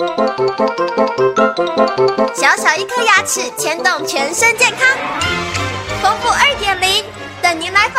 小小一颗牙齿牵动全身健康，丰富2.0等您来发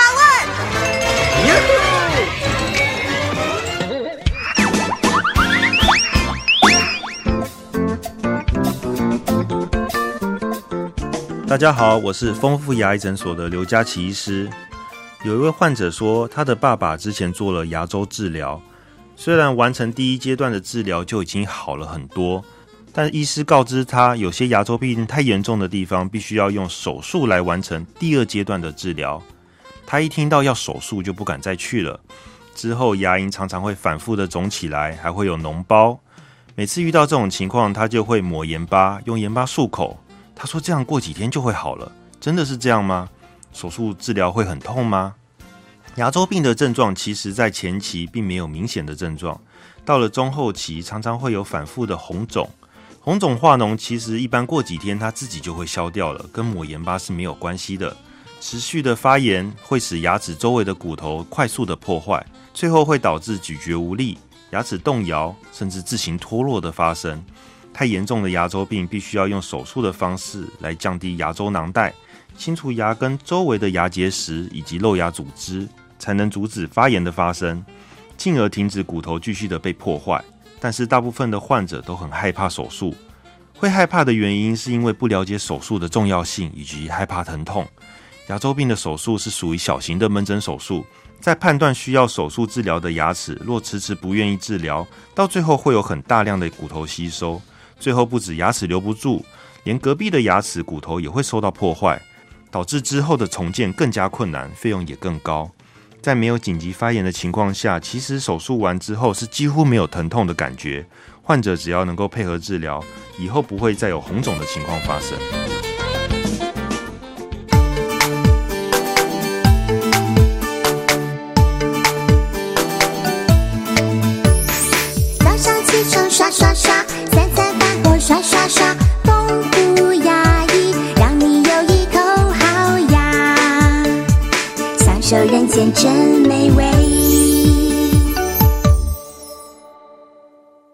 问。大家好，我是丰富牙医诊所的刘佳琪医师。有一位患者说，他的爸爸之前做了牙周治疗，虽然完成第1阶段的治疗就已经好了很多，但医师告知他，有些牙周病太严重的地方，必须要用手术来完成第2阶段的治疗。他一听到要手术就不敢再去了。之后牙龈常常会反复的肿起来，还会有脓包。每次遇到这种情况，他就会抹盐巴，用盐巴漱口。他说这样过几天就会好了。真的是这样吗？手术治疗会很痛吗？牙周病的症状其实在前期并没有明显的症状，到了中后期常常会有反复的红肿。红肿化脓其实一般过几天它自己就会消掉了，跟抹盐巴是没有关系的。持续的发炎会使牙齿周围的骨头快速的破坏，最后会导致咀嚼无力、牙齿动摇，甚至自行脱落的发生。太严重的牙周病必须要用手术的方式来降低牙周囊袋，清除牙根周围的牙结石以及漏牙组织，才能阻止发炎的发生，进而停止骨头继续的被破坏。但是大部分的患者都很害怕手术，会害怕的原因是因为不了解手术的重要性以及害怕疼痛。牙周病的手术是属于小型的门诊手术，在判断需要手术治疗的牙齿，若迟迟不愿意治疗，到最后会有很大量的骨头吸收，最后不止牙齿留不住，连隔壁的牙齿骨头也会受到破坏，导致之后的重建更加困难，费用也更高。在没有紧急发炎的情况下，其实手术完之后是几乎没有疼痛的感觉，患者只要能够配合治疗，以后不会再有红肿的情况发生。 早上起床刷刷刷，三餐饭后刷刷刷，丰富牙医让你有一口好牙，享受人间真美味。